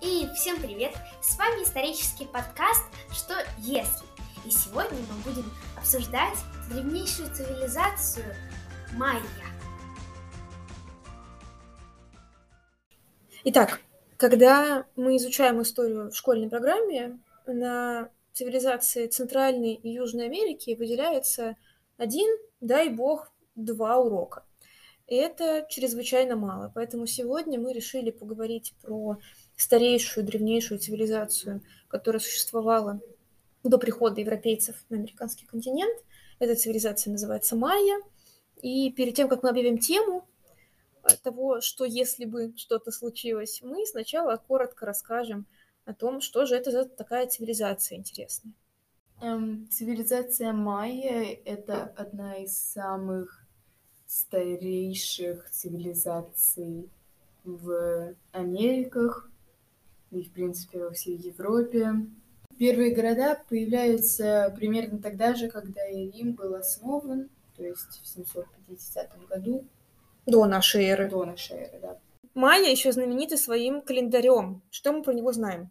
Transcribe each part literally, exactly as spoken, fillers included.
И всем привет! С вами исторический подкаст «Что если?». И сегодня мы будем обсуждать древнейшую цивилизацию майя. Итак, когда мы изучаем историю в школьной программе, на цивилизации Центральной и Южной Америки выделяется один, дай бог, два урока. И это чрезвычайно мало. Поэтому сегодня мы решили поговорить про старейшую, древнейшую цивилизацию, которая существовала до прихода европейцев на американский континент. Эта цивилизация называется майя. И перед тем, как мы объявим тему того, что если бы что-то случилось, мы сначала коротко расскажем о том, что же это за такая цивилизация интересная. Эм, цивилизация майя — это одна из самых старейших цивилизаций в Америках и, в принципе, во всей Европе. Первые города появляются примерно тогда же, когда и Рим был основан, то есть в семьсот пятидесятом году. До нашей эры. До нашей эры, да. Майя еще знамениты своим календарем. Что мы про него знаем?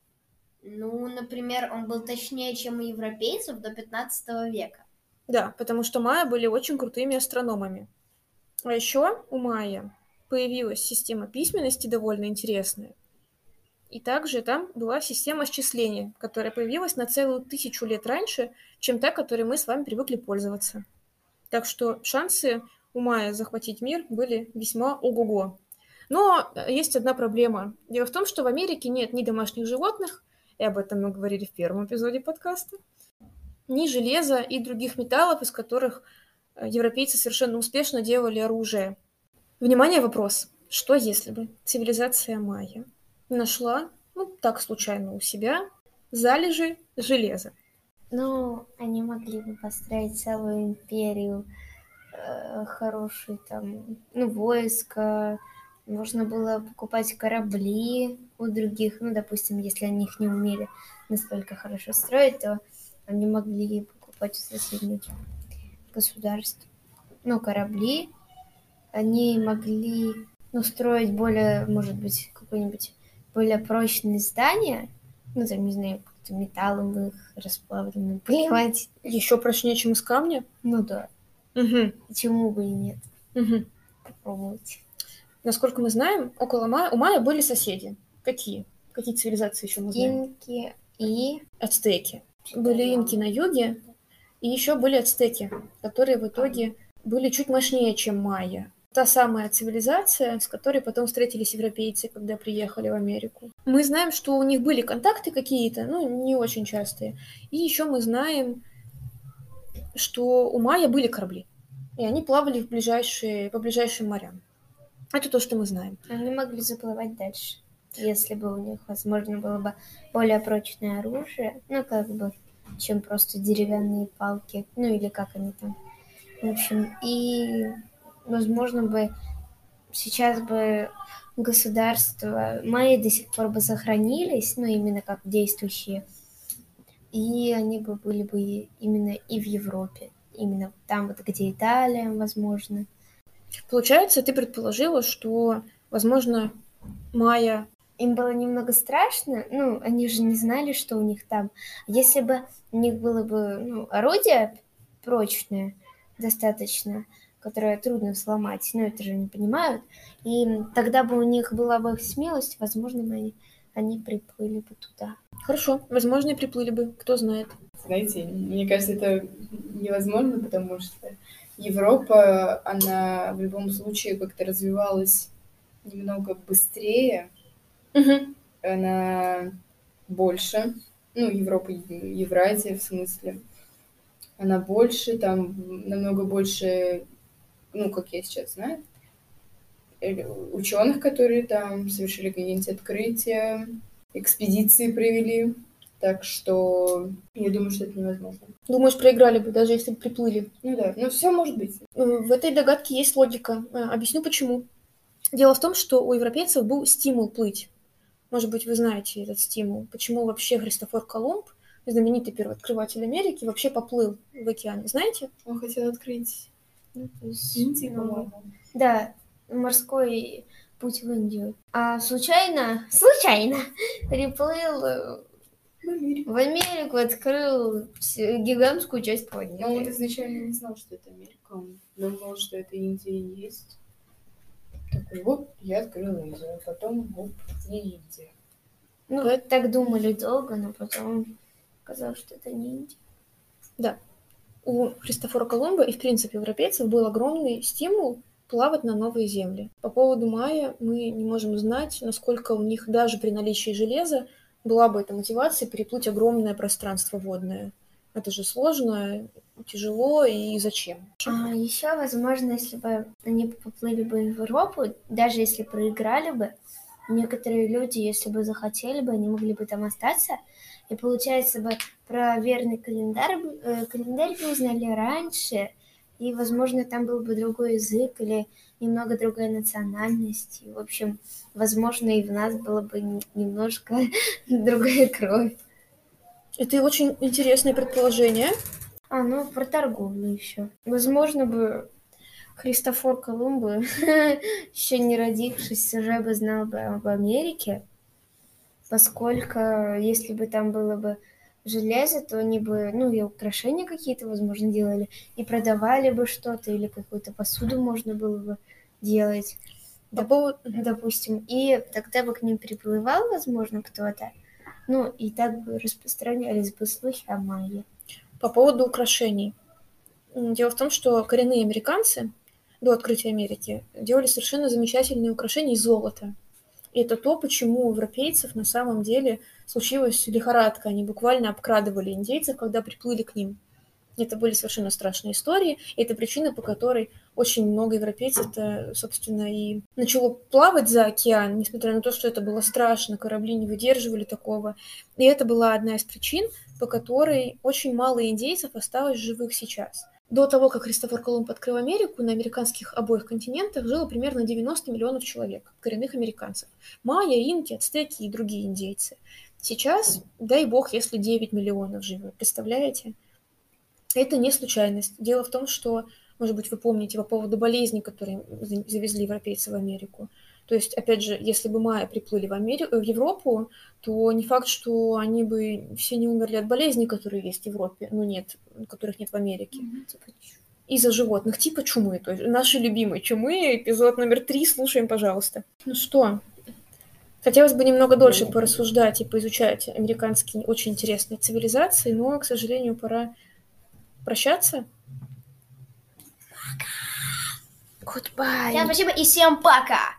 Ну, например, он был точнее, чем у европейцев до пятнадцатого века. Да, потому что майя были очень крутыми астрономами. А еще у майя появилась система письменности довольно интересная. И также там была система счисления, которая появилась на целую тысячу лет раньше, чем та, которой мы с вами привыкли пользоваться. Так что шансы у майя захватить мир были весьма ого-го. Но есть одна проблема. Дело в том, что в Америке нет ни домашних животных, и об этом мы говорили в первом эпизоде подкаста, ни железа и других металлов, из которых европейцы совершенно успешно делали оружие. Внимание, вопрос. Что если бы цивилизация майя нашла, ну, так случайно у себя, залежи железа? Ну, они могли бы построить целую империю, э, хорошие там, ну, войска. Можно было покупать корабли у других. Ну, допустим, если они их не умели настолько хорошо строить, то они могли покупать у соседних государств. Ну, корабли. Они могли, ну, строить более, может быть, какое-нибудь более прочные здания. Ну, там, не знаю, как-то металлом их расплавленным поливать. Еще прочнее, чем из камня? Ну да. Угу. Почему бы и нет? Угу. Попробовать. Насколько мы знаем, около майя, у майя были соседи. Какие? Какие цивилизации еще мы знаем? Инки и Ацтеки. Были инки на юге, и еще были ацтеки, которые в итоге были чуть мощнее, чем майя. Та самая цивилизация, с которой потом встретились европейцы, когда приехали в Америку. Мы знаем, что у них были контакты какие-то, ну, не очень частые. И еще мы знаем, что у майя были корабли, и они плавали в ближайшие, по ближайшим морям. Это то, что мы знаем. Они могли заплывать дальше, если бы у них, возможно, было бы более прочное оружие, ну, как бы, чем просто деревянные палки, ну, или как они там. В общем, и, возможно, бы сейчас бы государства майя до сих пор бы сохранились, ну, именно как действующие, и они бы были бы именно и в Европе, именно там вот, где Италия, возможно. Получается, ты предположила, что, возможно, майя... Им было немного страшно, ну, они же не знали, что у них там. Если бы у них было бы, ну, орудие прочное достаточно, которое трудно сломать, но это же не понимают, и тогда бы у них была бы смелость, возможно, они, они приплыли бы туда. Хорошо, возможно, и приплыли бы, кто знает. Знаете, мне кажется, это невозможно, потому что Европа, она в любом случае как-то развивалась немного быстрее, Угу. она больше, ну, Европа, Евразия в смысле, она больше, там намного больше, ну, как я сейчас знаю, ученых, которые там совершили какие-нибудь открытия, экспедиции провели. Так что я думаю, что это невозможно. Думаешь, проиграли бы, даже если бы приплыли? Ну да, но все может быть. В этой догадке есть логика. Объясню, почему. Дело в том, что у европейцев был стимул плыть. Может быть, вы знаете этот стимул. Почему вообще Христофор Колумб, знаменитый первооткрыватель Америки, вообще поплыл в океане? Знаете? Он хотел открыть Ну, то есть, Индию, ну, по-моему. да, морской путь в Индию. А случайно, случайно переплыл э, В Америку. в Америку, открыл всю- гигантскую часть Но он планеты. изначально не знал, что это Америка. Он думал, что это Индия и есть. Такой, вот, я открыл Индию, а потом, оп, не Индия. Ну, Поэт- так думали долго, но потом оказалось, что это не Индия. Да. У Христофора Колумба и, в принципе, европейцев был огромный стимул плавать на новые земли. По поводу майя мы не можем знать, насколько у них даже при наличии железа была бы эта мотивация переплыть огромное пространство водное. Это же сложно, тяжело и зачем? А еще, возможно, если бы они поплыли бы в Европу, даже если проиграли бы, некоторые люди, если бы захотели бы, они могли бы там остаться. И получается бы про верный календарь, б- э, календарь бы узнали раньше, и, возможно, там был бы другой язык или немного другая национальность. И, в общем, возможно, и в нас было бы н- немножко другая кровь. Это очень интересное предположение. А, ну, про торговлю еще. Возможно бы Христофор Колумб, еще не родившись, уже бы знал бы об Америке, поскольку если бы там было бы железо, то они бы, ну, и украшения какие-то, возможно, делали, и продавали бы что-то, или какую-то посуду можно было бы делать, По доп- поводу... допустим. И тогда бы к ним приплывал, возможно, кто-то, ну, и так бы распространялись бы слухи о майе. По поводу украшений. М, Дело в том, что коренные американцы до открытия Америки делали совершенно замечательные украшения из золота. И это то, почему у европейцев на самом деле случилась лихорадка. Они буквально обкрадывали индейцев, когда приплыли к ним. Это были совершенно страшные истории. И это причина, по которой очень много европейцев-то, собственно, и начало плавать за океан, несмотря на то, что это было страшно, корабли не выдерживали такого. И это была одна из причин, по которой очень мало индейцев осталось живых сейчас. До того, как Христофор Колумб открыл Америку, на американских обоих континентах жило примерно девяносто миллионов человек, коренных американцев. Майя, инки, ацтеки и другие индейцы. Сейчас, дай бог, если девять миллионов живет, представляете? Это не случайность. Дело в том, что, может быть, вы помните по поводу болезней, которые за- завезли европейцы в Америку. То есть, опять же, если бы майя приплыли в, Амери... в Европу, то не факт, что они бы все не умерли от болезней, которые есть в Европе, ну нет, которых нет в Америке. Типа, Из-за животных, типа чумы, то есть наши любимые чумы, эпизод номер три, слушаем, пожалуйста. Ну что, хотелось бы немного дольше порассуждать и поизучать американские очень интересные цивилизации, но, к сожалению, пора прощаться. Всем спасибо и всем пока!